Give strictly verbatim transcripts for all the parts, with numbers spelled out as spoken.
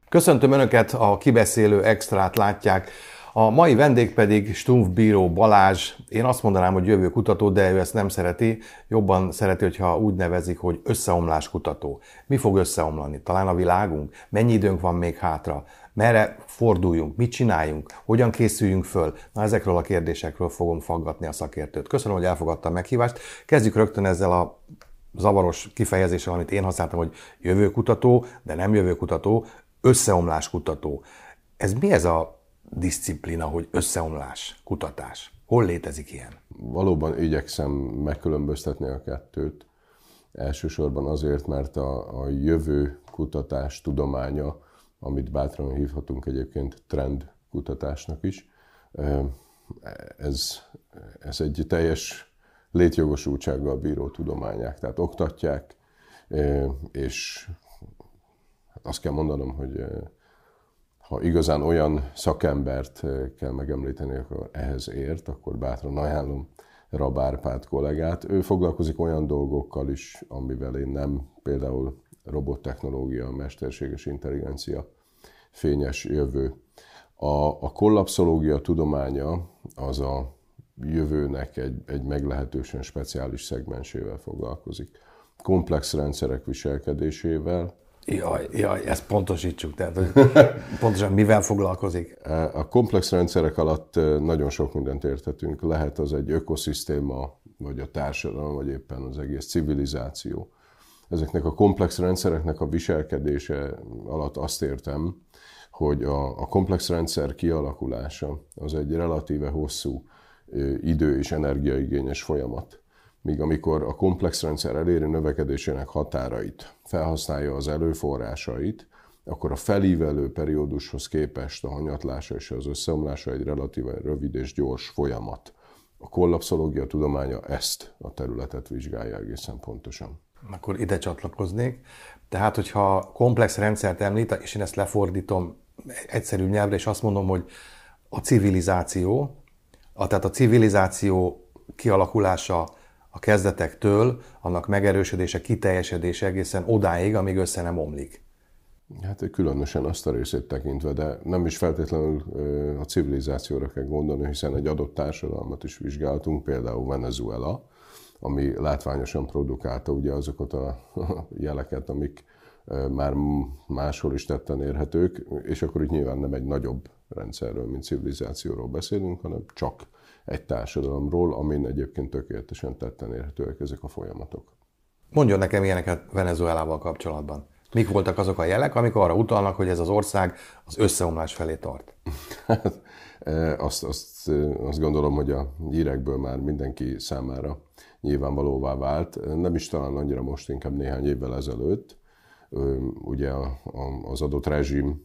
Köszöntöm Önöket, a Kibeszélő Extrát látják. A mai vendég pedig Stumpf Bíró Balázs. Én azt mondanám, hogy jövőkutató, de ő ezt nem szereti. Jobban szereti, hogyha úgy nevezik, hogy összeomláskutató. Mi fog összeomlani? Talán a világunk? Mennyi időnk van még hátra? Merre forduljunk? Mit csináljunk? Hogyan készüljünk föl? Na, ezekről a kérdésekről fogom faggatni a szakértőt. Köszönöm, hogy elfogadta a meghívást. Kezdjük rögtön ezzel a zavaros kifejezéssel, amit én használtam, hogy jövőkutató, de nem jövőkutató, összeomláskutató. Ez mi ez a diszciplína, hogy összeomlás, kutatás? Hol létezik ilyen? Valóban igyekszem megkülönböztetni a kettőt. Elsősorban azért, mert a, a jövő kutatás tudománya, amit bátran hívhatunk egyébként trendkutatásnak is, ez, ez egy teljes létjogosultsággal bíró tudományák. Tehát oktatják, és azt kell mondanom, hogy ha igazán olyan szakembert kell megemlíteni, akkor ehhez ért, akkor bátran ajánlom Rab Árpád kollégát. Ő foglalkozik olyan dolgokkal is, amivel én nem, például robottechnológia, mesterséges intelligencia, fényes jövő. A, a kollapszológia tudománya az a jövőnek egy, egy meglehetősen speciális szegmensével foglalkozik. Komplex rendszerek viselkedésével. Jaj, jaj, ezt pontosítsuk, tehát hogy pontosan mivel foglalkozik? A komplex rendszerek alatt nagyon sok mindent érthetünk. Lehet az egy ökoszisztéma, vagy a társadalom, vagy éppen az egész civilizáció. Ezeknek a komplex rendszereknek a viselkedése alatt azt értem, hogy a, a komplex rendszer kialakulása az egy relatíve hosszú idő- és energiaigényes folyamat. Míg amikor a komplex rendszer eléri növekedésének határait, felhasználja az előforrásait, akkor a felívelő periódushoz képest a hanyatlása és az összeomlása egy relatíve rövid és gyors folyamat. A kollapszológia tudománya ezt a területet vizsgálja egészen pontosan. Akkor ide csatlakoznék. Tehát, hogyha komplex rendszert említ, és én ezt lefordítom egyszerű nyelvre, és azt mondom, hogy a civilizáció, a, tehát a civilizáció kialakulása a kezdetektől, annak megerősödése, kiteljesedése egészen odáig, amíg össze nem omlik. Hát különösen azt a részét tekintve, de nem is feltétlenül a civilizációra kell gondolni, hiszen egy adott társadalmat is vizsgáltunk, például Venezuela, ami látványosan produkálta ugye azokat a jeleket, amik már máshol is tetten érhetők, és akkor itt nyilván nem egy nagyobb rendszerről, mint civilizációról beszélünk, hanem csak egy társadalomról, amin egyébként tökéletesen tetten érhetőek ezek a folyamatok. Mondjon nekem ilyeneket Venezuelával kapcsolatban. Mik voltak azok a jelek, amik arra utalnak, hogy ez az ország az összeomlás felé tart? Hát, azt, azt, azt gondolom, hogy a hírekből már mindenki számára nyilvánvalóvá vált. Nem is talán annyira most, inkább néhány évvel ezelőtt. Ugye az adott rezsim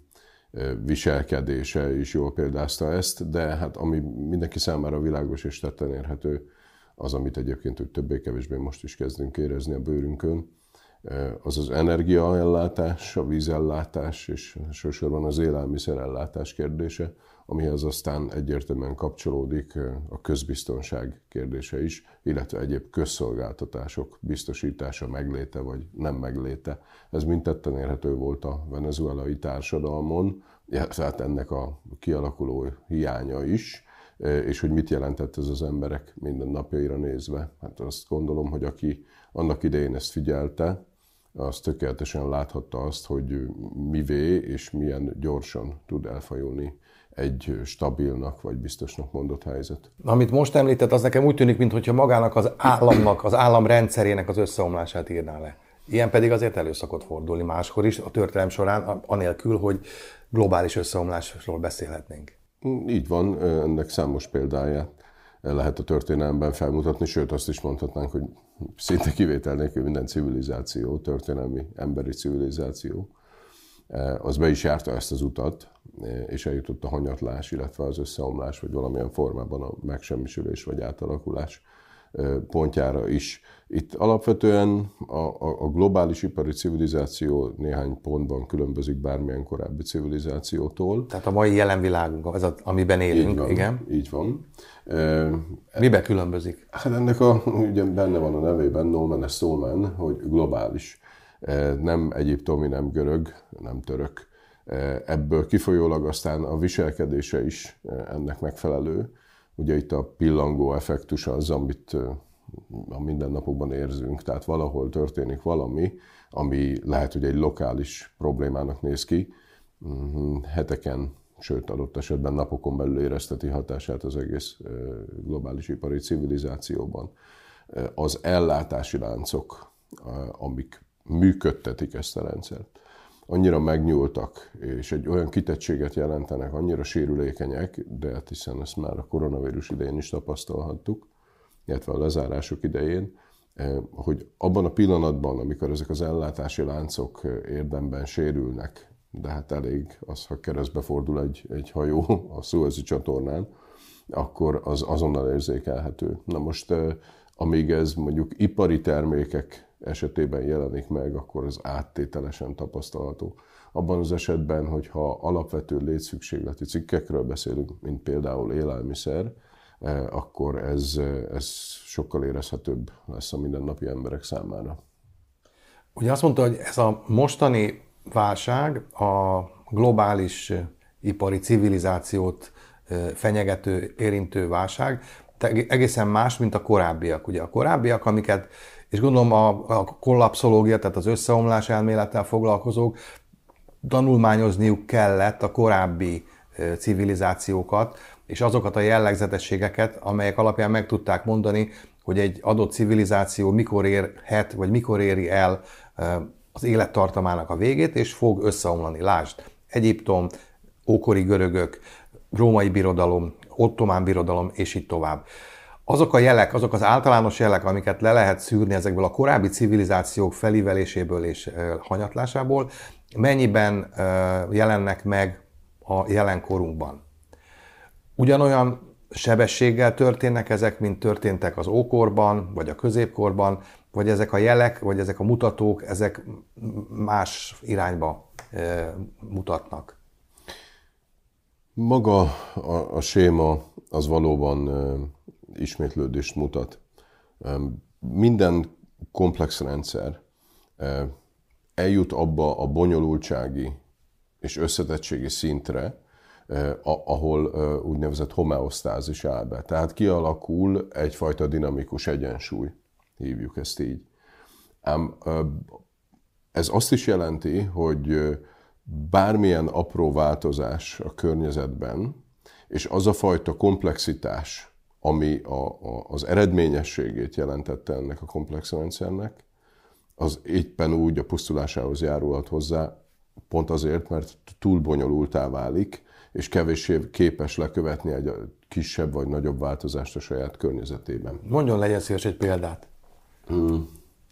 viselkedése is jól példázta ezt, de hát ami mindenki számára világos és tetten érhető, az, amit egyébként úgy többé-kevésbé most is kezdünk érezni a bőrünkön, az az energiaellátás, a vízellátás és sorsorban az élelmiszerellátás kérdése, amihez aztán egyértelműen kapcsolódik a közbiztonság kérdése is, illetve egyéb közszolgáltatások biztosítása, megléte vagy nem megléte. Ez mind tetten érhető volt a venezuelai társadalmon, tehát ennek a kialakuló hiánya is, és hogy mit jelentett ez az emberek mindennapjaira nézve. Hát azt gondolom, hogy aki annak idején ezt figyelte, az tökéletesen láthatta azt, hogy mivé és milyen gyorsan tud elfajulni egy stabilnak vagy biztosnak mondott helyzet. Amit most említett, az nekem úgy tűnik, mintha magának az államnak, az állam rendszerének az összeomlását írná le. Ilyen pedig azért elő szokott fordulni máskor is a történelem során, anélkül, hogy globális összeomlásról beszélhetnénk. Így van, ennek számos példáját lehet a történelemben felmutatni, sőt azt is mondhatnánk, hogy szinte kivétel nélkül minden civilizáció, történelmi emberi civilizáció, az be is járta ezt az utat, és eljutott a hanyatlás, illetve az összeomlás, vagy valamilyen formában a megsemmisülés vagy átalakulás pontjára is. Itt alapvetően a, a, a globális ipari civilizáció néhány pontban különbözik bármilyen korábbi civilizációtól. Tehát a mai jelen világunk, ez az, amiben élünk, így van, igen? Így van. Miben különbözik? Hát ennek a, ugye benne van a nevében, nomen est omen, hogy globális. Nem egyiptomi, nem görög, nem török, Ebből kifolyólag aztán a viselkedése is ennek megfelelő. Ugye itt a pillangó effektus az, amit a mindennapokban érzünk, tehát valahol történik valami, ami lehet, hogy egy lokális problémának néz ki, heteken, sőt adott esetben napokon belül érezteti hatását az egész globális ipari civilizációban. Az ellátási láncok, amik működtetik ezt a rendszert, annyira megnyúltak, és egy olyan kitettséget jelentenek, annyira sérülékenyek, de hát hiszen ezt már a koronavírus idején is tapasztalhattuk, illetve a lezárások idején, hogy abban a pillanatban, amikor ezek az ellátási láncok érdemben sérülnek, de hát elég az, ha keresztbe fordul egy, egy hajó a Szuezi csatornán, akkor az azonnal érzékelhető. Na most, amíg ez mondjuk ipari termékek esetében jelenik meg, akkor az áttételesen tapasztalható. Abban az esetben, hogyha alapvető létszükségleti cikkekről beszélünk, mint például élelmiszer, akkor ez, ez sokkal érezhetőbb lesz a mindennapi emberek számára. Ugye azt mondta, hogy ez a mostani válság a globális ipari civilizációt fenyegető, érintő válság, egészen más, mint a korábbiak. Ugye a korábbiak, amiket, és gondolom a, a kollapszológia, tehát az összeomlás elmélettel foglalkozók, tanulmányozniuk kellett a korábbi civilizációkat, és azokat a jellegzetességeket, amelyek alapján meg tudták mondani, hogy egy adott civilizáció mikor érhet, vagy mikor éri el az élettartamának a végét, és fog összeomlani. Lásd, Egyiptom, ókori görögök, római birodalom, ottomán birodalom, és így tovább. Azok a jelek, azok az általános jelek, amiket le lehet szűrni ezekből a korábbi civilizációk felíveléséből és hanyatlásából, mennyiben jelennek meg a jelenkorunkban. Ugyanolyan sebességgel történnek ezek, mint történtek az ókorban, vagy a középkorban, vagy ezek a jelek, vagy ezek a mutatók, ezek más irányba mutatnak. Maga a, a séma az valóban ismétlődést mutat. Minden komplex rendszer eljut abba a bonyolultsági és összetettségi szintre, ahol úgynevezett homeosztázis áll be. Tehát kialakul egyfajta dinamikus egyensúly, hívjuk ezt így. Ám ez azt is jelenti, hogy bármilyen apró változás a környezetben, és az a fajta komplexitás, ami a, a, az eredményességét jelentette ennek a komplex rendszernek, az éppen úgy a pusztulásához járulhat hozzá, pont azért, mert túl bonyolultá válik, és kevéssé képes lekövetni egy kisebb vagy nagyobb változást a saját környezetében. Mondjon, legyen szíves egy példát. Hmm.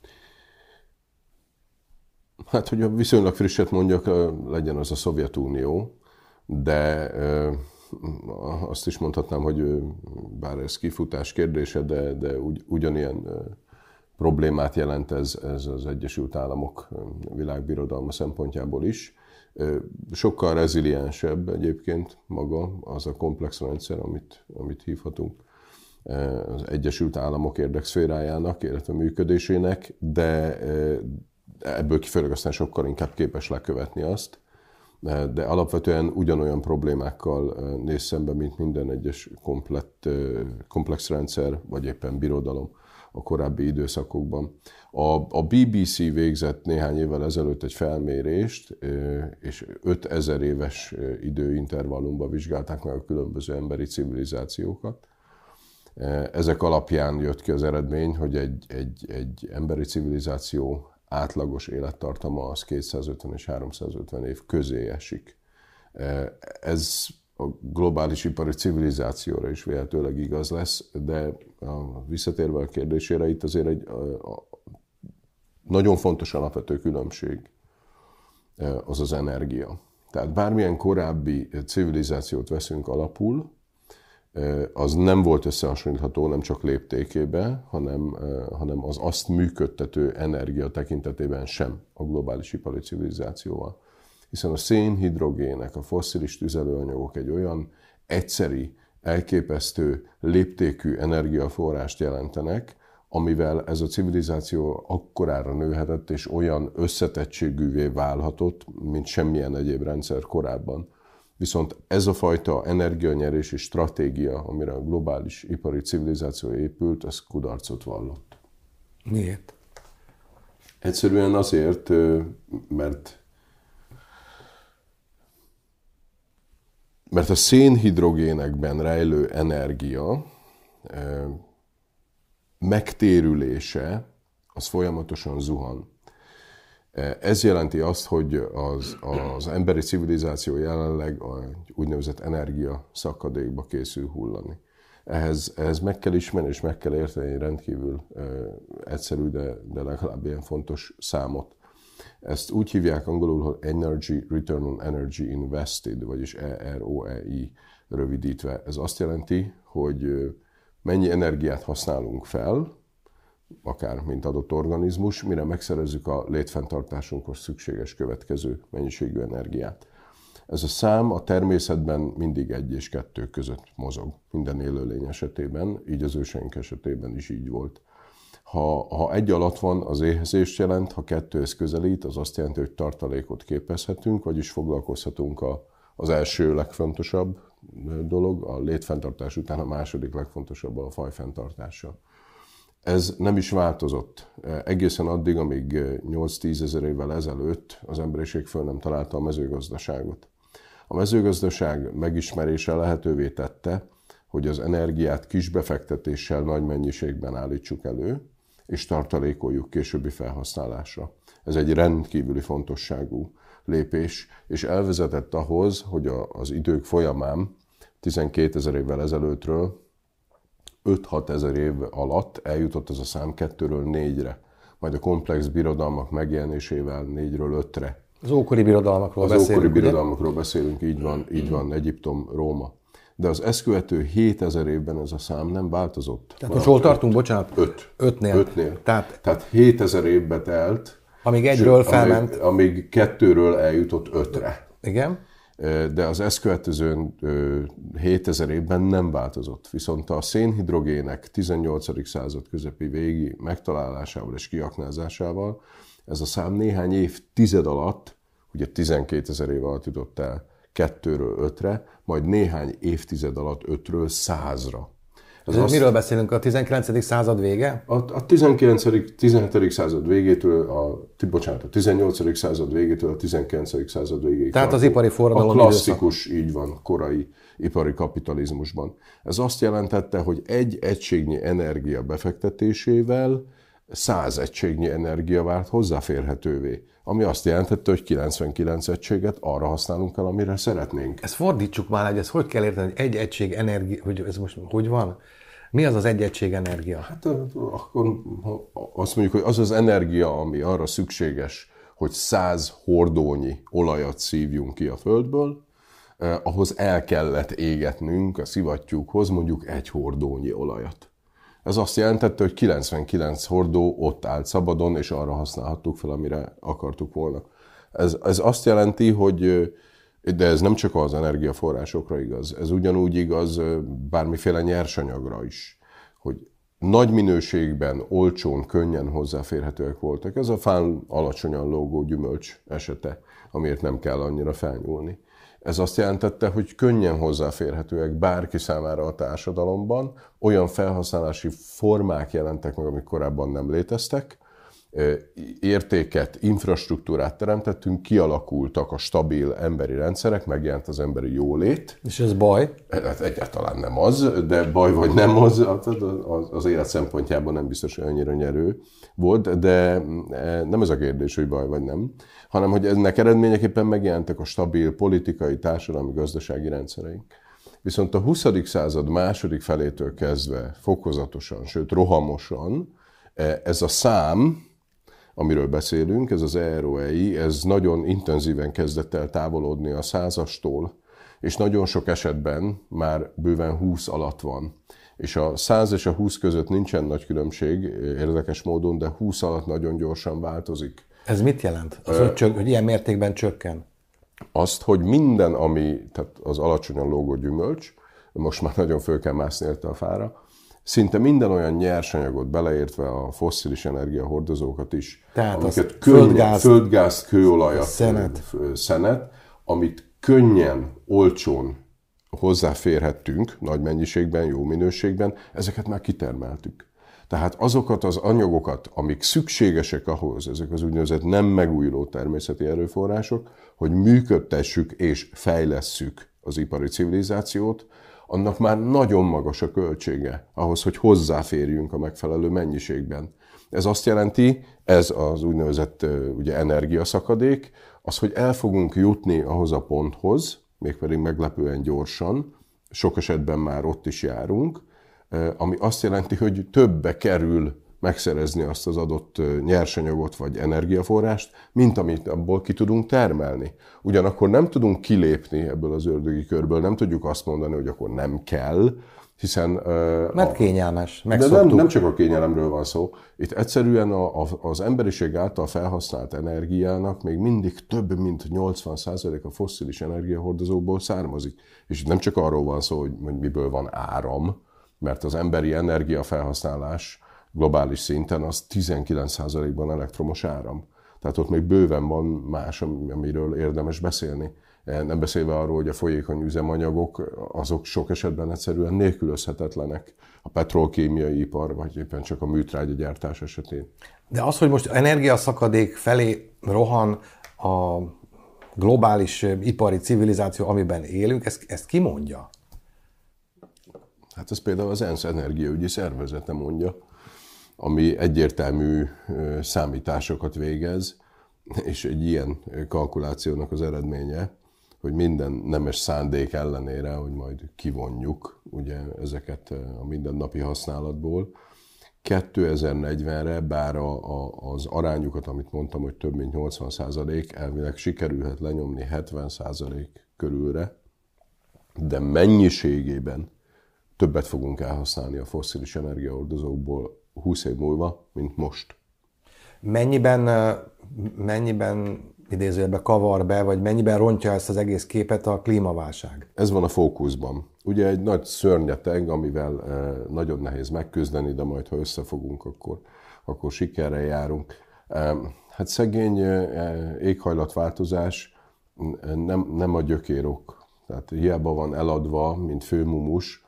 Hát, hogy a viszonylag frisset mondjak, legyen az a Szovjetunió, de azt is mondhatnám, hogy bár ez kifutás kérdése, de, de ugy, ugyanilyen problémát jelent ez, ez az Egyesült Államok világbirodalma szempontjából is. Sokkal reziliensebb egyébként maga az a komplex rendszer, amit, amit hívhatunk az Egyesült Államok érdekszférájának, illetve működésének, de ebből kifolyólag aztán sokkal inkább képes lekövetni azt, de alapvetően ugyanolyan problémákkal néz szembe, mint minden egyes komplett, komplex rendszer, vagy éppen birodalom a korábbi időszakokban. A, a bé bé cé végzett néhány évvel ezelőtt egy felmérést, és ötezer éves időintervallumban vizsgálták meg a különböző emberi civilizációkat. Ezek alapján jött ki az eredmény, hogy egy, egy, egy emberi civilizáció átlagos élettartama az kétszázötven és háromszázötven év közé esik. Ez a globális ipari civilizációra is véletőleg igaz lesz, de a visszatérve a kérdésére, itt azért egy a, a, nagyon fontos alapvető különbség az az energia. Tehát bármilyen korábbi civilizációt veszünk alapul, az nem volt összehasonlítható nem csak léptékében, hanem, hanem az azt működtető energia tekintetében sem a globális ipari civilizációval. Hiszen a szénhidrogének, a fosszilis tüzelőanyagok egy olyan egyszeri, elképesztő léptékű energiaforrást jelentenek, amivel ez a civilizáció akkorára nőhetett, és olyan összetettségűvé válhatott, mint semmilyen egyéb rendszer korábban. Viszont ez a fajta energianyerési stratégia, amire a globális ipari civilizáció épült, ez kudarcot vallott. Miért? Egyszerűen azért, mert mert a szénhidrogénekben rejlő energia megtérülése az folyamatosan zuhan. Ez jelenti azt, hogy az, az emberi civilizáció jelenleg a úgynevezett energia szakadékba készül hullani. Ehhez, ehhez meg kell ismerni és meg kell érteni rendkívül egyszerű, de, de legalább ilyen fontos számot. Ezt úgy hívják angolul, hogy Energy Return on Energy Invested, vagyis E R O E I rövidítve. Ez azt jelenti, hogy mennyi energiát használunk fel, akár mint adott organizmus, mire megszerezzük a létfenntartásunkhoz szükséges következő mennyiségű energiát. Ez a szám a természetben mindig egy és kettő között mozog, minden élőlény esetében, így az őseink esetében is így volt. Ha, ha egy alatt van, az éhezést jelent, ha kettőhöz közelít, az azt jelenti, hogy tartalékot képezhetünk, vagyis foglalkozhatunk a, az első legfontosabb dolog, a létfenntartás után a második legfontosabb a fajfenntartása. Ez nem is változott. Egészen addig, amíg nyolc-tízezer évvel ezelőtt az emberiség föl nem találta a mezőgazdaságot. A mezőgazdaság megismerése lehetővé tette, hogy az energiát kis befektetéssel nagy mennyiségben állítsuk elő, és tartalékoljuk későbbi felhasználásra. Ez egy rendkívüli fontosságú lépés, és elvezetett ahhoz, hogy az idők folyamán tizenkétezer évvel ezelőttről öt-hat ezer év alatt eljutott ez a szám kettőről négyre, majd a komplex birodalmak megjelenésével négyről ötre. Az ókori birodalmakról az beszélünk. Az ókori birodalmakról beszélünk, így van, így van, Egyiptom, Róma. De az ezt követő hétezer évben ez a szám nem változott. Tehát most hol tartunk, bocsánat? Öt. Ötnél. Ötnél. Tehát, Tehát hétezer évbe telt. Amíg egyről felment. Amíg, amíg kettőről eljutott ötre. Igen. De az ezt következő hétezer évben nem változott. Viszont a szénhidrogének tizennyolcadik század közepi végi megtalálásával és kiaknázásával ez a szám néhány évtized alatt, ugye tizenkétezer év alatt jutott el kettőről ötre, majd néhány évtized alatt ötről százra. Ez azt, miről beszélünk? A tizenkilencedik század vége? A, a tizenkilencedik tizenhetedik század végétől, a, bocsánat, a tizennyolcadik század végétől a tizenkilencedik század végéig. Tehát az ipari forradalom a klasszikus, időszak. Így van, korai ipari kapitalizmusban. Ez azt jelentette, hogy egy egységnyi energia befektetésével száz egységnyi energia vált hozzáférhetővé, ami azt jelentette, hogy kilencvenkilenc egységet arra használunk el, amire szeretnénk. Ezt fordítsuk már, hogy ezt hogy kell érteni, hogy egy egység energia, hogy ez most hogy van? Mi az az egy egység energia? Hát akkor azt mondjuk, hogy az az energia, ami arra szükséges, hogy száz hordónyi olajat szívjunk ki a földből, eh, ahhoz el kellett égetnünk a szivattyúkhoz mondjuk egy hordónyi olajat. Ez azt jelentette, hogy kilencvenkilenc hordó ott állt szabadon, és arra használhattuk fel, amire akartuk volna. Ez, ez azt jelenti, hogy, de ez nem csak az energiaforrásokra igaz, ez ugyanúgy igaz bármiféle nyersanyagra is, hogy nagy minőségben, olcsón, könnyen hozzáférhetőek voltak. Ez a fán alacsonyan lógó gyümölcs esete, amiért nem kell annyira felnyúlni. Ez azt jelentette, hogy könnyen hozzáférhetőek bárki számára a társadalomban, olyan felhasználási formák jelentek meg, amik korábban nem léteztek, értéket, infrastruktúrát teremtettünk, kialakultak a stabil emberi rendszerek, megjelent az emberi jólét. És ez baj? Hát egyáltalán nem az, de baj vagy nem az, az élet szempontjában nem biztos, hogy annyira nyerő volt, de nem ez a kérdés, hogy baj vagy nem, hanem hogy ennek eredményeképpen megjelentek a stabil politikai, társadalmi, gazdasági rendszereink. Viszont a huszadik század második felétől kezdve fokozatosan, sőt rohamosan ez a szám, amiről beszélünk, ez az E R O E I, ez nagyon intenzíven kezdett el távolodni a százastól, és nagyon sok esetben már bőven húsz alatt van. És a száz és a húsz között nincsen nagy különbség érdekes módon, de húsz alatt nagyon gyorsan változik. Ez mit jelent? Az, hogy, csök, hogy ilyen mértékben csökken? Azt, hogy minden, ami, tehát az alacsonyan lógó gyümölcs, most már nagyon föl kell mászni érte a fára, szinte minden olyan nyersanyagot, beleértve a fosszilis energiahordozókat is, tehát amiket könnyen, földgáz, földgázt, kőolajat, szenet. szenet, amit könnyen, olcsón hozzáférhettünk, nagy mennyiségben, jó minőségben, ezeket már kitermeltük. Tehát azokat az anyagokat, amik szükségesek ahhoz, ezek az úgynevezett nem megújuló természeti erőforrások, hogy működtessük és fejlesszük az ipari civilizációt, annak már nagyon magas a költsége ahhoz, hogy hozzáférjünk a megfelelő mennyiségben. Ez azt jelenti, ez az úgynevezett ugye, energiaszakadék, az, hogy el fogunk jutni ahhoz a ponthoz, mégpedig meglepően gyorsan, sok esetben már ott is járunk, ami azt jelenti, hogy többe kerül megszerezni azt az adott nyersanyagot vagy energiaforrást, mint amit abból ki tudunk termelni. Ugyanakkor nem tudunk kilépni ebből az ördögi körből, nem tudjuk azt mondani, hogy akkor nem kell, hiszen... Mert a, kényelmes, megszoktuk. De nem, nem csak a kényelemről van szó. Itt egyszerűen a, a, az emberiség által felhasznált energiának még mindig több mint nyolcvan százalék a fosszilis energiahordozókból származik. És itt nem csak arról van szó, hogy, hogy miből van áram, mert az emberi energiafelhasználás globális szinten az tizenkilenc százalékban elektromos áram. Tehát ott még bőven van más, amiről érdemes beszélni. Nem beszélve arról, hogy a folyékony üzemanyagok, azok sok esetben egyszerűen nélkülözhetetlenek a petrolkémiai ipar, vagy éppen csak a műtrágyagyártás esetén. De az, hogy most energiaszakadék felé rohan a globális ipari civilizáció, amiben élünk, ezt, ezt ki mondja? Hát ez például az ENSZ energiaügyi szervezete mondja, ami egyértelmű számításokat végez, és egy ilyen kalkulációnak az eredménye, hogy minden nemes szándék ellenére, hogy majd kivonjuk ugye, ezeket a mindennapi használatból. kétezer-negyvenre, bár a, a, az arányukat, amit mondtam, hogy több mint nyolcvan százalék, elvileg sikerülhet lenyomni hetven százalék körülre, de mennyiségében többet fogunk elhasználni a fosszilis energiahordozókból húsz év múlva, mint most. Mennyiben, mennyiben idézőjelben kavar be, vagy mennyiben rontja ezt az egész képet a klímaválság? Ez van a fókuszban. Ugye egy nagy szörnyeteg, amivel nagyon nehéz megküzdeni, de majd ha összefogunk, akkor, akkor sikerrel járunk. Hát szegény éghajlatváltozás nem, nem a gyökérok. Tehát hiába van eladva, mint főmumus,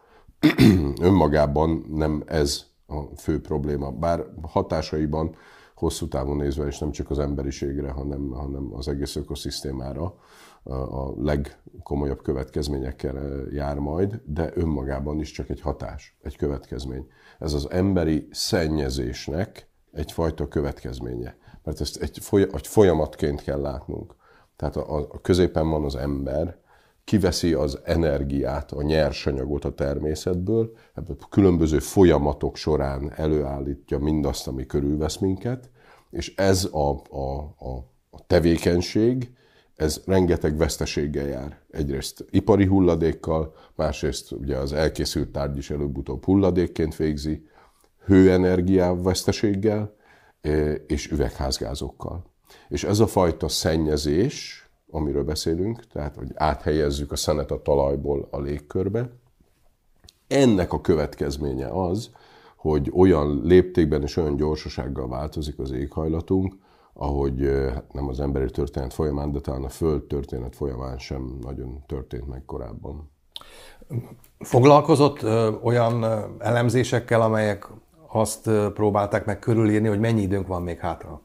önmagában nem ez a fő probléma. Bár hatásaiban hosszú távon nézve, és nem csak az emberiségre, hanem, hanem az egész ökoszisztémára a legkomolyabb következményekkel jár majd, de önmagában is csak egy hatás, egy következmény. Ez az emberi szennyezésnek egyfajta következménye. Mert ezt egy folyamatként kell látnunk. Tehát a, a középen van az ember, kiveszi az energiát, a nyersanyagot a természetből, ebből különböző folyamatok során előállítja mindazt, ami körülvesz minket, és ez a, a, a, a tevékenység, ez rengeteg veszteséggel jár. Egyrészt ipari hulladékkal, másrészt ugye az elkészült tárgy is előbb-utóbb hulladékként végzi, hőenergia veszteséggel és üvegházgázokkal. És ez a fajta szennyezés, amiről beszélünk, tehát hogy áthelyezzük a szenet a talajból a légkörbe. Ennek a következménye az, hogy olyan léptékben és olyan gyorsasággal változik az éghajlatunk, ahogy hát nem az emberi történet folyamán, de talán a Föld történet folyamán sem nagyon történt meg korábban. Foglalkozott ö, olyan elemzésekkel, amelyek azt próbálták meg körülírni, hogy mennyi időnk van még hátra?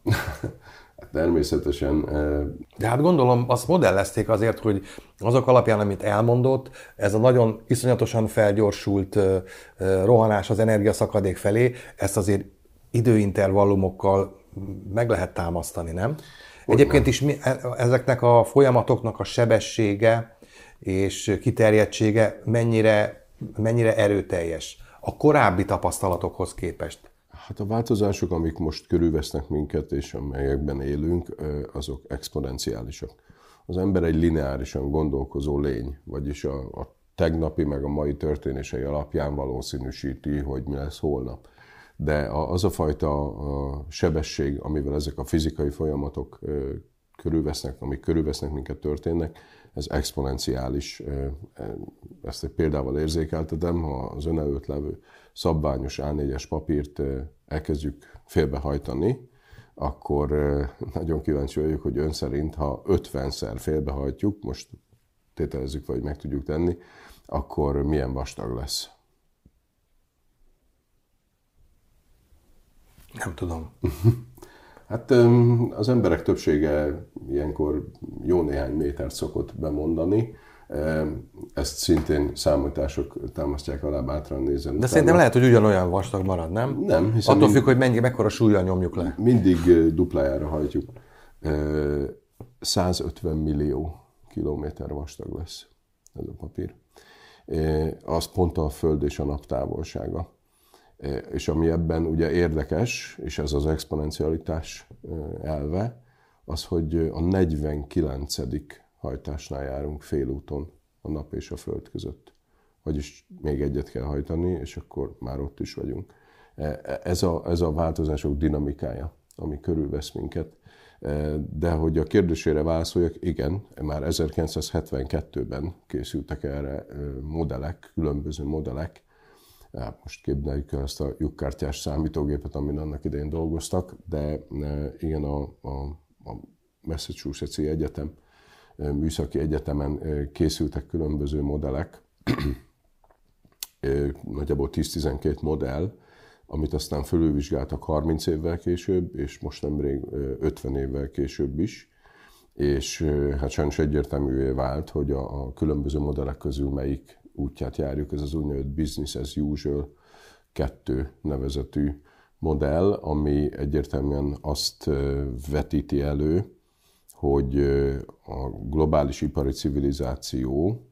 Természetesen. De hát gondolom, azt modellezték azért, hogy azok alapján, amit elmondott, ez a nagyon iszonyatosan felgyorsult rohanás az energiaszakadék felé, ezt azért időintervallumokkal meg lehet támasztani, nem? Hogy Egyébként nem. is mi, ezeknek a folyamatoknak a sebessége és kiterjedtsége mennyire, mennyire erőteljes a korábbi tapasztalatokhoz képest? Hát a változások, amik most körülvesznek minket, és amelyekben élünk, azok exponenciálisak. Az ember egy lineárisan gondolkozó lény, vagyis a, a tegnapi meg a mai történései alapján valószínűsíti, hogy mi lesz holnap. De az a fajta sebesség, amivel ezek a fizikai folyamatok körülvesznek, amik körülvesznek minket, történnek, ez exponenciális. Ezt egy példával érzékeltetem, ha az ön előtt levő szabványos á négyes papírt elkezdjük félbehajtani, akkor nagyon kíváncsi vagyok, hogy ön szerint, ha ötvenszer félbehajtjuk, most tételezzük, vagy meg tudjuk tenni, akkor milyen vastag lesz? Nem tudom. Hát az emberek többsége ilyenkor jó néhány métert szokott bemondani. Ezt szintén számítások támasztják alá, bátran nézem. De szerintem lehet, hogy ugyanolyan vastag marad, nem? Nem, hiszen attól függ, hogy mennyi, mekkora súllyal nyomjuk le. Mindig duplájára hajtjuk. százötven millió kilométer vastag lesz ez a papír. Az pont a Föld és a nap távolsága. És ami ebben ugye érdekes, és ez az exponencialitás elve, az, hogy a negyvenkilencedik hajtásnál járunk félúton a nap és a Föld között. Vagyis még egyet kell hajtani, és akkor már ott is vagyunk. Ez a, ez a változások dinamikája, ami körülvesz minket. De hogy a kérdésére válaszoljak, igen, már ezerkilencszázhetvenkettőben készültek erre modellek, különböző modellek. Most képzeljük el ezt a lyukkártyás számítógépet, amin annak idején dolgoztak, de igen, a, a, a Massachusetts-i Egyetem, Műszaki Egyetemen készültek különböző modellek, nagyjából tíz-tizenkét modell, amit aztán fölülvizsgáltak harminc évvel később, és most nemrég ötven évvel később is, és hát sajnos egyértelművé vált, hogy a, a különböző modellek közül melyik útját járjuk, ez az úgynevezett business as usual kettő nevezetű modell, ami egyértelműen azt vetíti elő, hogy a globális ipari civilizáció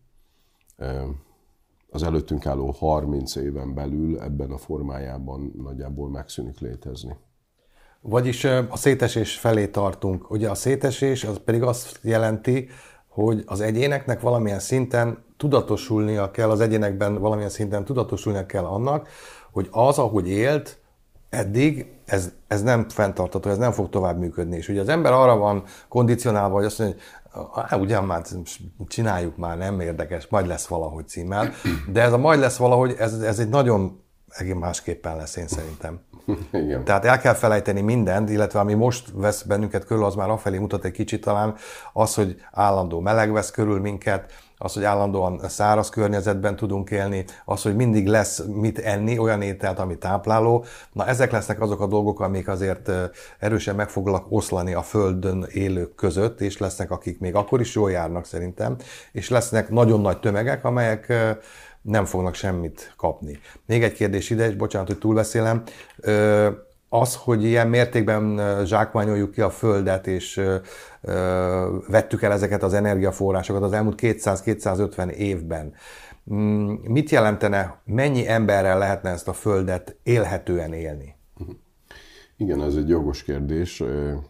az előttünk álló harminc éven belül ebben a formájában nagyjából megszűnik létezni. Vagyis a szétesés felé tartunk. Ugye a szétesés az pedig azt jelenti, hogy az egyéneknek valamilyen szinten tudatosulnia kell, az egyénekben valamilyen szinten tudatosulnia kell annak, hogy az, ahogy élt eddig, ez, ez nem fenntartható, ez nem fog tovább működni. És ugye az ember arra van kondicionálva, hogy azt mondja, hogy ugyan már csináljuk már, nem érdekes, majd lesz valahogy címmel. De ez a majd lesz valahogy, ez, ez egy nagyon egész másképpen lesz, én szerintem. Igen. Tehát el kell felejteni mindent, illetve ami most vesz bennünket körül, az már afelé mutat egy kicsit talán, az, hogy állandó meleg vesz körül minket, az, hogy állandóan száraz környezetben tudunk élni, az, hogy mindig lesz mit enni, olyan ételt, ami tápláló. Na, ezek lesznek azok a dolgok, amik azért erősen meg fognak oszlani a Földön élők között, és lesznek, akik még akkor is jól járnak szerintem, és lesznek nagyon nagy tömegek, amelyek nem fognak semmit kapni. Még egy kérdés ide, és bocsánat, hogy túlbeszélem. Az, hogy ilyen mértékben zsákmányoljuk ki a Földet, és vettük el ezeket az energiaforrásokat az elmúlt kétszáz-kétszázötven évben, mit jelentene, mennyi emberrel lehetne ezt a Földet élhetően élni? Igen, ez egy jogos kérdés.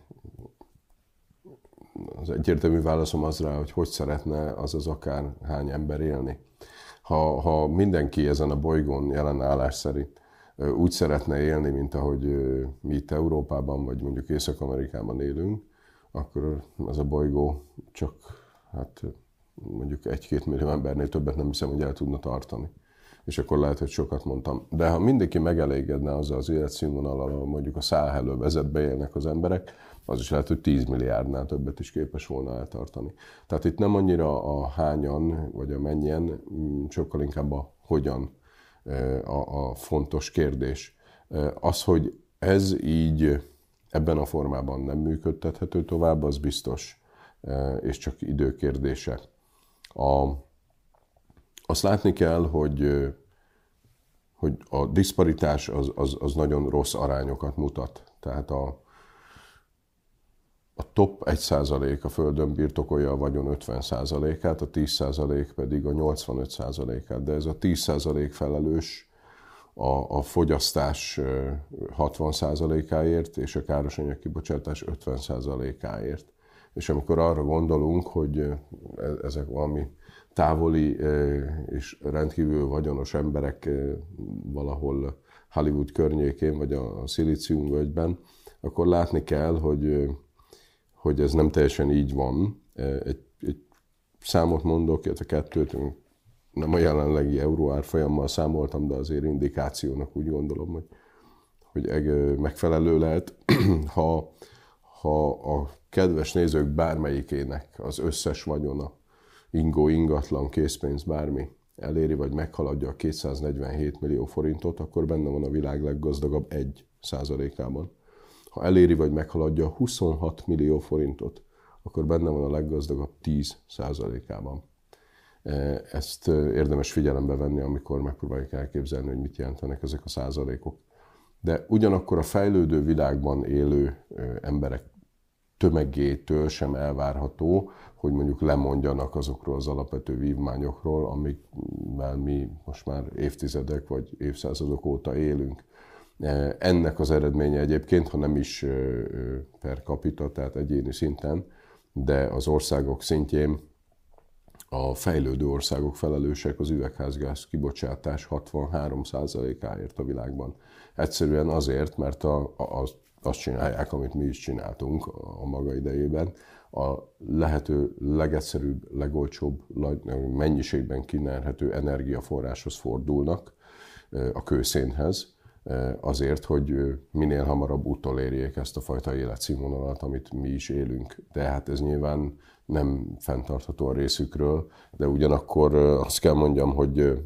Az egyértelmű válaszom az rá, hogy hogy szeretne az az akár hány ember élni. Ha, ha mindenki ezen a bolygón jelen állás szerint úgy szeretne élni, mint ahogy mi itt Európában, vagy mondjuk Észak-Amerikában élünk, akkor az a bolygó csak hát mondjuk egy-két millió embernél többet nem hiszem, hogy el tudna tartani. És akkor lehet, hogy sokat mondtam. De ha mindenki megelégedne azzal az életszínvonalal, ahol mondjuk a Száhelő vezetbe élnek az emberek, az is lehet, hogy tíz milliárdnál többet is képes volna eltartani. Tehát itt nem annyira a hányan, vagy a mennyien, sokkal inkább a hogyan a, a fontos kérdés. Az, hogy ez így ebben a formában nem működtethető tovább, az biztos, és csak időkérdése. A, azt látni kell, hogy, hogy a diszparitás az, az, az nagyon rossz arányokat mutat. Tehát a, a top egy százalék a Földön birtokolja a vagyon ötven százalékát, a tíz százalék pedig a nyolcvanöt százalékát, de ez a tíz százalék felelős a, a fogyasztás hatvan százalékáért és a károsanyag kibocsátás ötven százalékáért. És amikor arra gondolunk, hogy ezek valami távoli és rendkívül vagyonos emberek valahol Hollywood környékén vagy a Szilíciumvölgyben, akkor látni kell, hogy hogy ez nem teljesen így van. Egy, egy számot mondok, illetve kettőt, nem a jelenlegi euró árfolyammal számoltam, de azért indikációnak úgy gondolom, hogy, hogy megfelelő lehet. ha, ha a kedves nézők bármelyikének az összes vagyona, ingó, ingatlan, készpénz, bármi eléri vagy meghaladja a kétszáznegyvenhét millió forintot, akkor benne van a világ leggazdagabb egy százalékában. Ha eléri vagy meghaladja huszonhat millió forintot, akkor benne van a leggazdagabb tíz százalékában. Ezt érdemes figyelembe venni, amikor megpróbáljuk elképzelni, hogy mit jelentenek ezek a százalékok. De ugyanakkor a fejlődő világban élő emberek tömegétől sem elvárható, hogy mondjuk lemondjanak azokról az alapvető vívmányokról, amikvel mi most már évtizedek vagy évszázadok óta élünk. Ennek az eredménye egyébként, ha nem is per capita, tehát egyéni szinten, de az országok szintjén a fejlődő országok felelősek az üvegházgáz kibocsátás hatvanhárom százalékáért a világban. Egyszerűen azért, mert a, a, azt csinálják, amit mi is csináltunk a maga idejében, a lehető legegyszerűbb, legolcsóbb mennyiségben kinyerhető energiaforráshoz fordulnak, a kőszénhez, azért, hogy minél hamarabb utolérjék ezt a fajta életszínvonalat, amit mi is élünk. De hát ez nyilván nem fenntartható a részükről, de ugyanakkor azt kell mondjam, hogy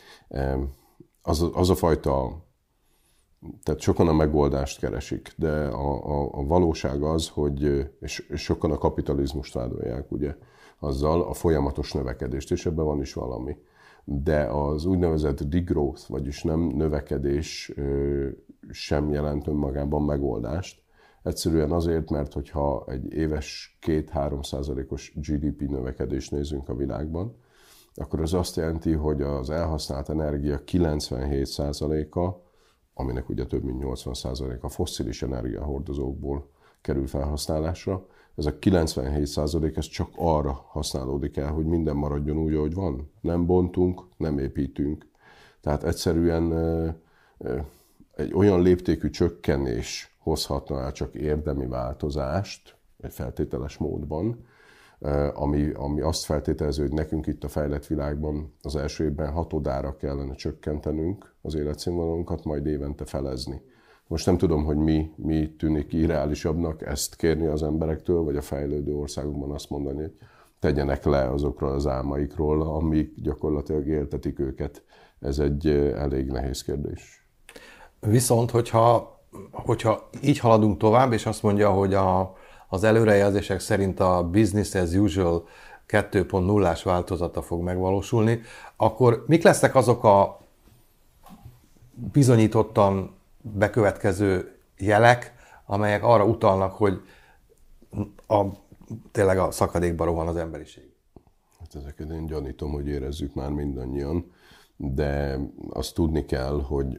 az, az a fajta, tehát sokan a megoldást keresik, de a, a, a valóság az, hogy, és, és sokan a kapitalizmust vádolják, ugye, azzal a folyamatos növekedést, és ebben van is valami. De az úgynevezett degrowth, vagyis nem növekedés sem jelent önmagában megoldást. Egyszerűen azért, mert hogyha egy éves két-három százalékos gé dé pé növekedést nézünk a világban, akkor az azt jelenti, hogy az elhasznált energia kilencvenhét százaléka, aminek ugye több mint nyolcvan százaléka fosszilis energiahordozókból kerül felhasználásra, ez a kilencvenhét százalék ez csak arra használódik el, hogy minden maradjon úgy, ahogy van. Nem bontunk, nem építünk. Tehát egyszerűen egy olyan léptékű csökkenés hozhatna el csak érdemi változást, egy feltételes módban, ami, ami azt feltételező, hogy nekünk itt a fejlett világban az első évben hatodára kellene csökkentenünk az életszínvonalunkat, majd évente felezni. Most nem tudom, hogy mi, mi tűnik irreálisabbnak, ezt kérni az emberektől, vagy a fejlődő országokban azt mondani, hogy tegyenek le azokról az álmaikról, amik gyakorlatilag éltetik őket. Ez egy elég nehéz kérdés. Viszont, hogyha, hogyha így haladunk tovább, és azt mondja, hogy a, az előrejelzések szerint a business as usual kettő pont nullás változata fog megvalósulni, akkor mik lesznek azok a bizonyítottan bekövetkező jelek, amelyek arra utalnak, hogy a, tényleg a szakadékba rohan az emberiség? Hát ezeket én gyanítom, hogy érezzük már mindannyian, de azt tudni kell, hogy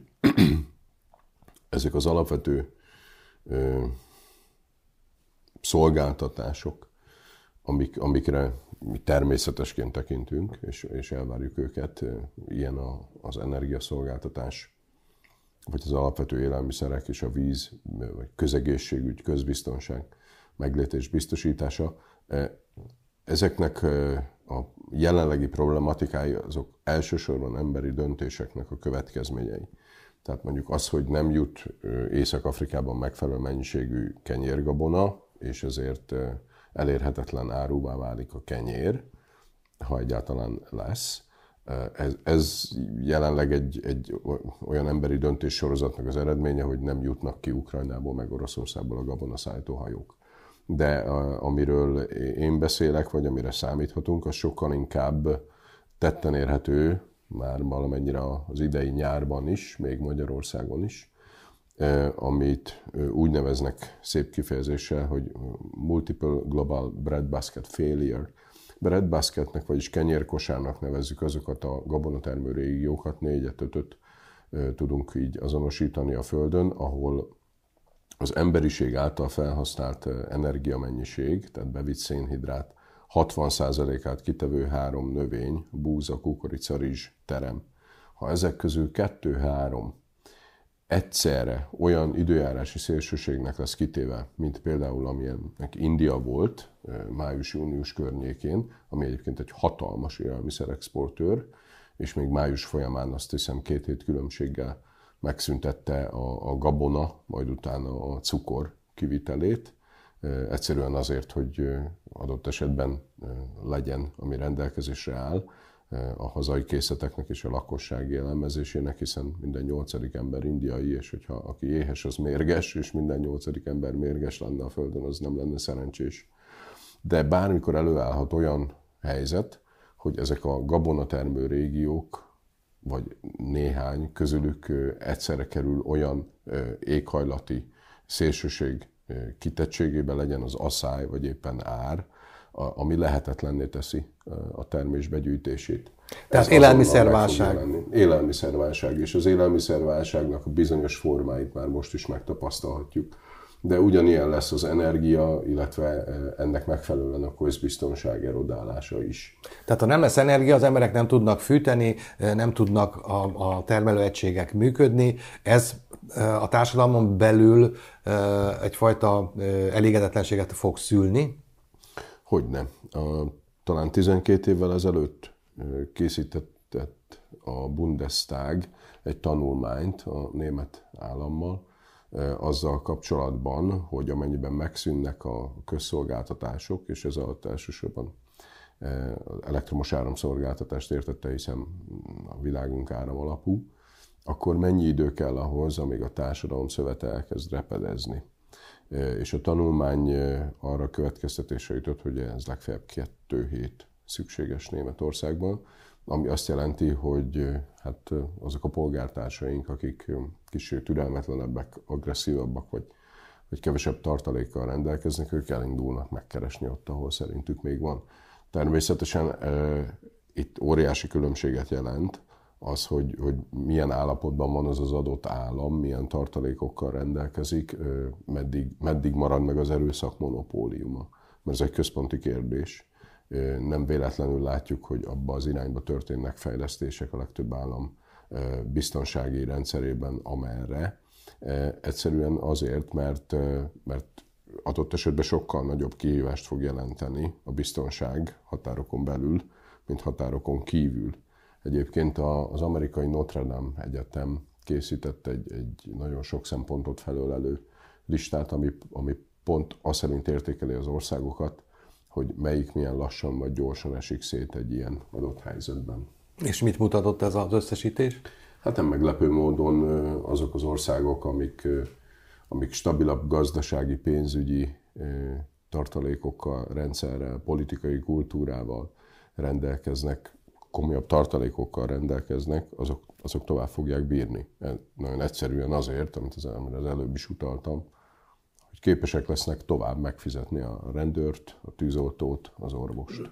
ezek az alapvető ö, szolgáltatások, amik, amikre mi természetesként tekintünk, és, és elvárjuk őket, ilyen a, az energiaszolgáltatás, vagy az alapvető élelmiszerek és a víz, vagy közegészségügy, közbiztonság meglétés biztosítása. Ezeknek a jelenlegi problematikai azok elsősorban emberi döntéseknek a következményei. Tehát mondjuk az, hogy nem jut Észak-Afrikában megfelelő mennyiségű kenyérgabona, és ezért elérhetetlen áruvá válik a kenyér, ha egyáltalán lesz. Ez, ez jelenleg egy, egy olyan emberi döntéssorozatnak az eredménye, hogy nem jutnak ki Ukrajnából, meg Oroszországból a gabonaszállítóhajók. De amiről én beszélek, vagy amire számíthatunk, az sokkal inkább tetten érhető, már valamennyire az idei nyárban is, még Magyarországon is, amit úgy neveznek szép kifejezéssel, hogy Multiple Global Breadbasket Failure. Breadbasketnek, vagyis kenyérkosárnak nevezzük azokat a gabonatermő régiókat, négyet, ötöt tudunk így azonosítani a Földön, ahol az emberiség által felhasznált energiamennyiség, tehát bevitt szénhidrát hatvan százalékát kitevő három növény, búza, kukorica, rizs, terem. Ha ezek közül kettő-három egyszerre olyan időjárási szélsőségnek lesz kitéve, mint például amilyennek India volt május-június környékén, ami egyébként egy hatalmas élelmiszerexportőr, és még május folyamán azt hiszem két hét különbséggel megszüntette a, a gabona, majd utána a cukor kivitelét, egyszerűen azért, hogy adott esetben legyen, ami rendelkezésre áll a hazai készleteknek és a lakosság élelmezésének, hiszen minden nyolcadik ember indiai, és hogyha aki éhes, az mérges, és minden nyolcadik ember mérges lenne a Földön, az nem lenne szerencsés. De bármikor előállhat olyan helyzet, hogy ezek a gabonatermő régiók, vagy néhány közülük egyszerre kerül olyan éghajlati szélsőség kitettségében, legyen az asszály, vagy éppen ár, ami lehetetlenné teszi a termés begyűjtését. Tehát élelmiszerválság. Élelmiszerválság, és az élelmiszerválságnak a bizonyos formáit már most is megtapasztalhatjuk. De ugyanilyen lesz az energia, illetve ennek megfelelően a közbiztonság erodálása is. Tehát ha nem lesz energia, az emberek nem tudnak fűteni, nem tudnak a, a termelőegységek működni. Ez a társadalmon belül egyfajta elégedetlenséget fog szülni? Hogyne. Talán tizenkét évvel ezelőtt készített a Bundestag egy tanulmányt a német állammal, azzal kapcsolatban, hogy amennyiben megszűnnek a közszolgáltatások, és ez alatt elsősorban elektromos áramszolgáltatást értette, hiszen a világunk áram alapú, akkor mennyi idő kell ahhoz, amíg a társadalom szövete elkezd repedezni. És a tanulmány arra következtetésre jutott, hogy ez legfeljebb kettő hét szükséges Németországban, ami azt jelenti, hogy hát azok a polgártársaink, akik kicsit türelmetlenebbek, agresszívabbak, vagy, vagy kevesebb tartalékkal rendelkeznek, ők elindulnak megkeresni ott, ahol szerintük még van. Természetesen e, itt óriási különbséget jelent az, hogy, hogy milyen állapotban van az az adott állam, milyen tartalékokkal rendelkezik, e, meddig, meddig marad meg az erőszak monopóliuma. Mert ez egy központi kérdés. Nem véletlenül látjuk, hogy abba az irányba történnek fejlesztések a legtöbb állam biztonsági rendszerében, amerre. Egyszerűen azért, mert, mert adott esetben sokkal nagyobb kihívást fog jelenteni a biztonság határokon belül, mint határokon kívül. Egyébként az amerikai Notre Dame Egyetem készített egy, egy nagyon sok szempontot felölelő listát, ami, ami pont azt szerint értékeli az országokat, hogy melyik milyen lassan vagy gyorsan esik szét egy ilyen adott helyzetben. És mit mutatott ez az összesítés? Hát nem meglepő módon azok az országok, amik, amik stabilabb gazdasági, pénzügyi tartalékokkal, rendszerrel, politikai kultúrával rendelkeznek, komolyabb tartalékokkal rendelkeznek, azok, azok tovább fogják bírni. Nagyon egyszerűen azért, amit az, amit az előbb is utaltam, hogy képesek lesznek tovább megfizetni a rendőrt, a tűzoltót, az orvost.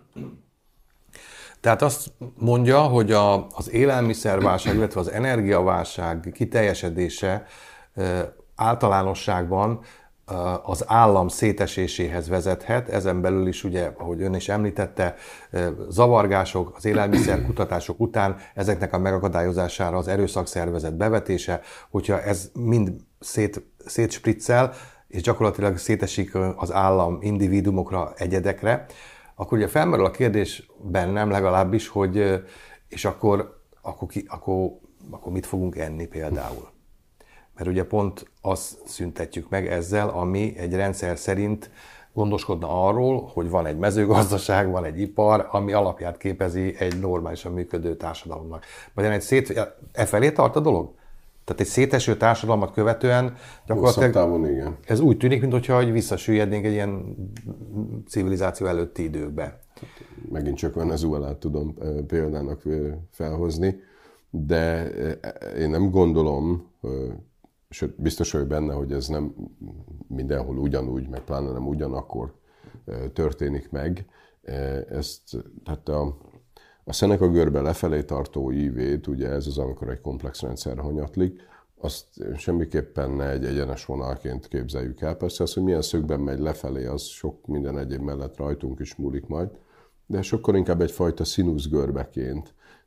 Tehát azt mondja, hogy a, az élelmiszerválság, illetve az energiaválság kiteljesedése általánosságban az állam széteséséhez vezethet, ezen belül is ugye, ahogy ön is említette, zavargások, az élelmiszerkutatások után ezeknek a megakadályozására az erőszakszervezet bevetése, hogyha ez mind szét, szétspriccel, és gyakorlatilag szétesik az állam individuumokra, egyedekre, akkor ugye felmerül a kérdés bennem legalábbis, hogy és akkor, akkor, ki, akkor, akkor mit fogunk enni például. Mert ugye pont azt szüntetjük meg ezzel, ami egy rendszer szerint gondoskodna arról, hogy van egy mezőgazdaság, van egy ipar, ami alapját képezi egy normálisan működő társadalomnak. Vagy egy szét, e felé tart a dolog? Tehát egy széteső társadalmat követően gyakorlatilag távon, igen. Ez úgy tűnik, mintha visszasüllyednénk egy ilyen civilizáció előtti időkbe. Megint csak Venezuelát tudom példának felhozni, de én nem gondolom, sőt biztos vagyok benne, hogy ez nem mindenhol ugyanúgy, meg pláne nem ugyanakkor történik meg. Ezt, tehát a, a Seneca görbe lefelé tartó ívét, ugye ez az, amikor egy komplex rendszer hanyatlik, azt semmiképpen ne egy egyenes vonalként képzeljük el. Persze az, hogy milyen szögben megy lefelé, az sok minden egyéb mellett rajtunk is múlik majd, de sokkal inkább egyfajta színuszgörbeként.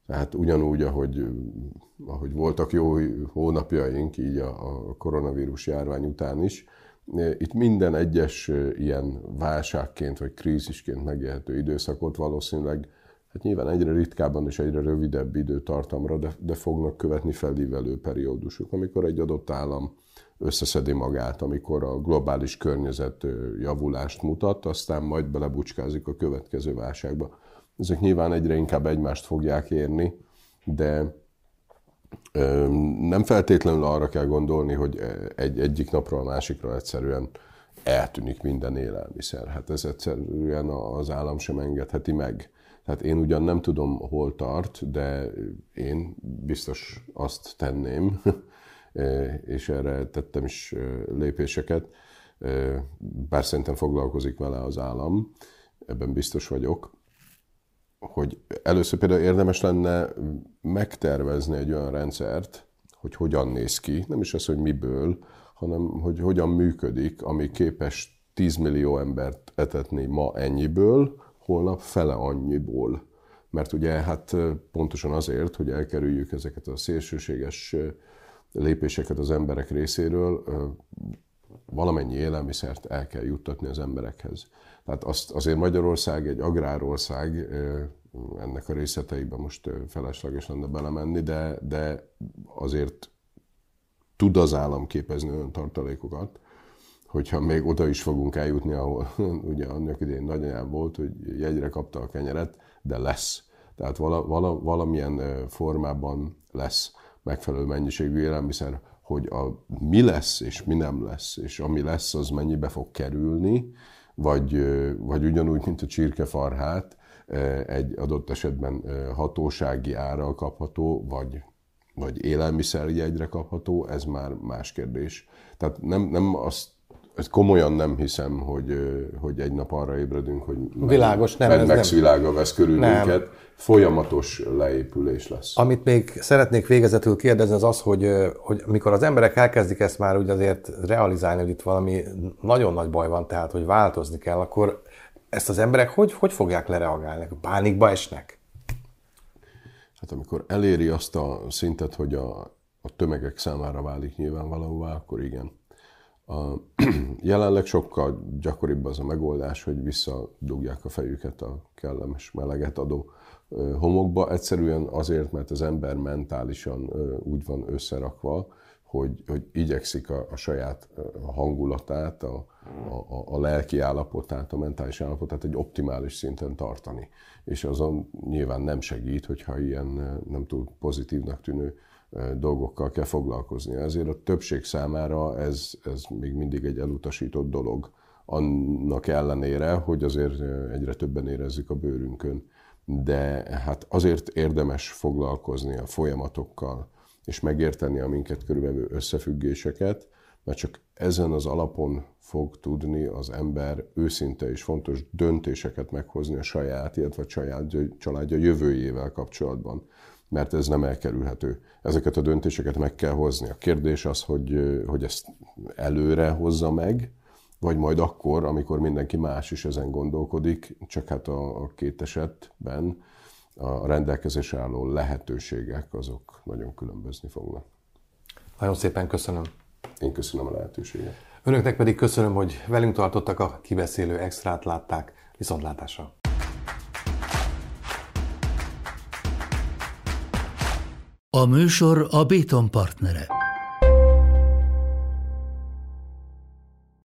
Tehát ugyanúgy, ahogy, ahogy voltak jó hónapjaink, így a, a koronavírus járvány után is, itt minden egyes ilyen válságként vagy krízisként megélhető időszakot valószínűleg hát nyilván egyre ritkábban és egyre rövidebb időtartamra, de, de fognak követni felívelő periódusok, amikor egy adott állam összeszedi magát, amikor a globális környezet javulást mutat, aztán majd belebucskázik a következő válságba. Ezek nyilván egyre inkább egymást fogják érni, de ö, nem feltétlenül arra kell gondolni, hogy egy, egyik napról a másikra egyszerűen eltűnik minden élelmiszer. Hát ez egyszerűen az állam sem engedheti meg. Tehát én ugyan nem tudom, hol tart, de én biztos azt tenném, és erre tettem is lépéseket, bár szerintem foglalkozik vele az állam, ebben biztos vagyok, hogy először például érdemes lenne megtervezni egy olyan rendszert, hogy hogyan néz ki, nem is az, hogy miből, hanem hogy hogyan működik, ami képes tíz millió embert etetni ma ennyiből, holnap fele annyiból. Mert ugye hát pontosan azért, hogy elkerüljük ezeket a szélsőséges lépéseket az emberek részéről, valamennyi élelmiszert el kell juttatni az emberekhez. Tehát azt, azért Magyarország egy agrárország, ennek a részleteiben most felesleges lenne belemenni, de, de azért tud az állam képezni olyan tartalékokat, hogyha még oda is fogunk eljutni, ahol ugye annak idején nagyanyám volt, hogy jegyre kapta a kenyeret, de lesz. Tehát vala, vala, valamilyen formában lesz megfelelő mennyiségű élelmiszer, hogy a, mi lesz és mi nem lesz, és ami lesz, az mennyibe fog kerülni, vagy, vagy ugyanúgy, mint a csirkefarhát, egy adott esetben hatósági árral kapható, vagy, vagy élelmiszerjegyre kapható, ez már más kérdés. Tehát nem, nem azt, ezt komolyan nem hiszem, hogy, hogy egy nap arra ébredünk, hogy világos, nem, Mad Max világa vesz körül minket. Folyamatos leépülés lesz. Amit még szeretnék végezetül kérdezni, az az, hogy, hogy amikor az emberek elkezdik ezt már úgy azért realizálni, hogy itt valami nagyon nagy baj van, tehát hogy változni kell, akkor ezt az emberek hogy, hogy fogják lereagálni? Pánikba esnek? Hát amikor eléri azt a szintet, hogy a, a tömegek számára válik nyilvánvalóvá, akkor igen. A, jelenleg sokkal gyakoribb az a megoldás, hogy visszadugják a fejüket a kellemes meleget adó homokba. Egyszerűen azért, mert az ember mentálisan úgy van összerakva, hogy, hogy igyekszik a, a saját hangulatát, a, a, a lelki állapotát, a mentális állapotát egy optimális szinten tartani. És azon nyilván nem segít, hogyha ilyen nem túl pozitívnak tűnő dolgokkal kell foglalkozni. Ezért a többség számára ez, ez még mindig egy elutasított dolog. Annak ellenére, hogy azért egyre többen érezzük a bőrünkön. De hát azért érdemes foglalkozni a folyamatokkal, és megérteni a minket körülbelül összefüggéseket, mert csak ezen az alapon fog tudni az ember őszinte és fontos döntéseket meghozni a saját, illetve a saját családja jövőjével kapcsolatban. Mert ez nem elkerülhető. Ezeket a döntéseket meg kell hozni. A kérdés az, hogy, hogy ezt előre hozza meg, vagy majd akkor, amikor mindenki más is ezen gondolkodik, csak hát a, a két esetben a rendelkezésre álló lehetőségek azok nagyon különbözni fognak. Nagyon szépen köszönöm. Én köszönöm a lehetőséget. Önöknek pedig köszönöm, hogy velünk tartottak, a Kibeszélő Extrát látták. Viszontlátásra! A műsor a Béton partnere.